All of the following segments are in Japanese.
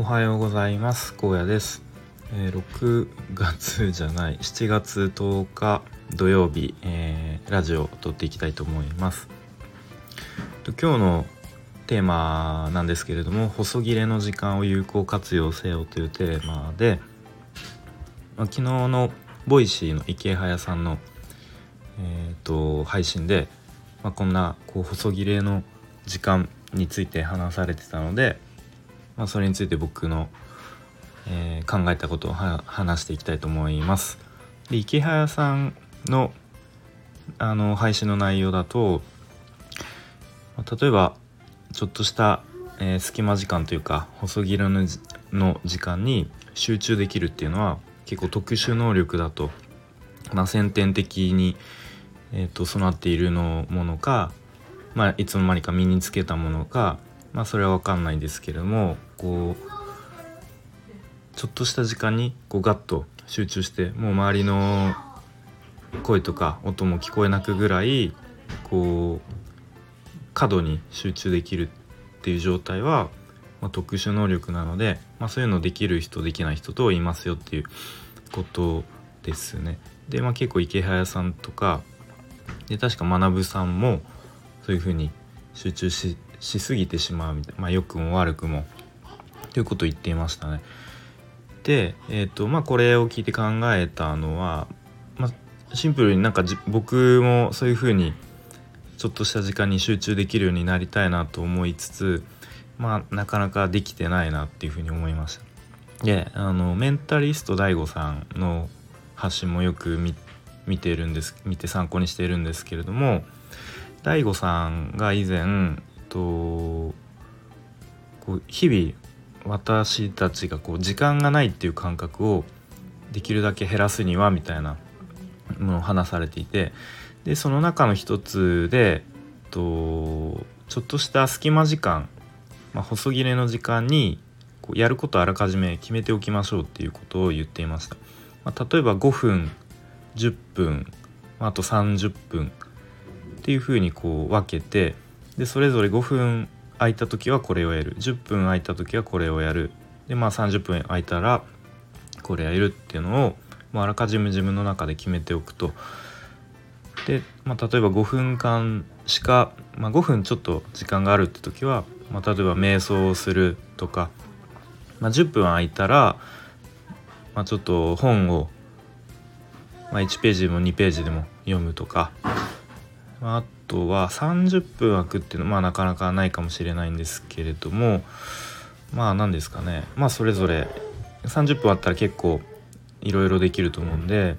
はようございます。荒野です。7月10日土曜日、ラジオを撮っていきたいと思います。今日のテーマなんですけれども、細切れの時間を有効活用せよというテーマで、昨日のボイシーの池早さんの、配信で、こんな細切れの時間について話されてたので、それについて僕の、考えたことを話していきたいと思います。で、池早さんの配信の内容だと、例えばちょっとした、隙間時間というか細切れの時間に集中できるっていうのは結構特殊能力だと、先天的に、備わっているものか、いつの間にか身につけたものか、それは分かんないんですけれども、ちょっとした時間にガッと集中して、もう周りの声とか音も聞こえなくぐらい過度に集中できるっていう状態は、特殊能力なので、そういうのできる人できない人といますよっていうことですね。で、結構池早さんとかで、確か学さんもそういう風に集中しすぎてしまうみたいな、良くも悪くもということを言っていましたね。で、これを聞いて考えたのは、シンプルに僕もそういう風にちょっとした時間に集中できるようになりたいなと思いつつ、なかなかできてないなっていう風に思いました。で、メンタリスト DAIGO さんの発信もよく見て参考にしているんですけれども、 DAIGO さんが以前日々私たちが時間がないっていう感覚をできるだけ減らすにはみたいなものを話されていて、でその中の一つでちょっとした隙間時間、細切れの時間にやることをあらかじめ決めておきましょうっていうことを言っていました。例えば5分10分あと30分っていうふうに分けて、でそれぞれ5分空いた時はこれをやる、10分空いた時はこれをやる、で30分空いたらこれやるっていうのを、あらかじめ自分の中で決めておくと。で、例えば5分間しか、5分ちょっと時間があるって時は、例えば瞑想をするとか、10分空いたら、ちょっと本を、1ページでも2ページでも読むとか、あとは30分空くっていうのはなかなかないかもしれないんですけれども、何ですかね、それぞれ30分あったら結構いろいろできると思うんで、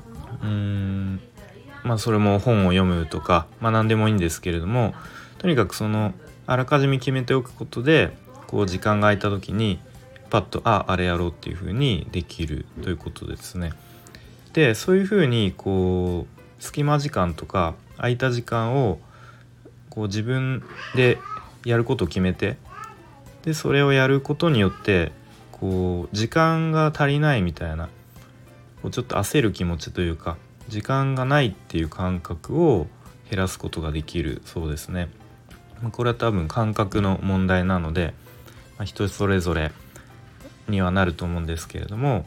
それも本を読むとか、何でもいいんですけれども、とにかくあらかじめ決めておくことで、時間が空いた時にパッとあれやろうっていう風にできるということですね。で、そういう風に隙間時間とか空いた時間を自分でやることを決めて、でそれをやることによって時間が足りないみたいなちょっと焦る気持ちというか、時間がないっていう感覚を減らすことができるそうですね。これは多分感覚の問題なので、人それぞれにはなると思うんですけれども、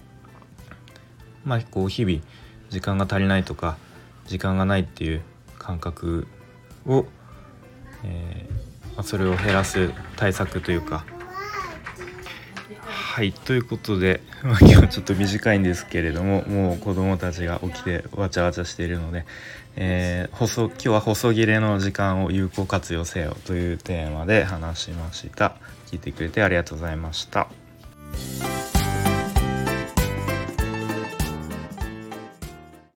日々時間が足りないとか時間がないっていう感覚を、それを減らす対策というか、ということで、今日はちょっと短いんですけれども、もう子供たちが起きてわちゃわちゃしているので、今日は細切れの時間を有効活用せよというテーマで話しました。聞いてくれてありがとうございました。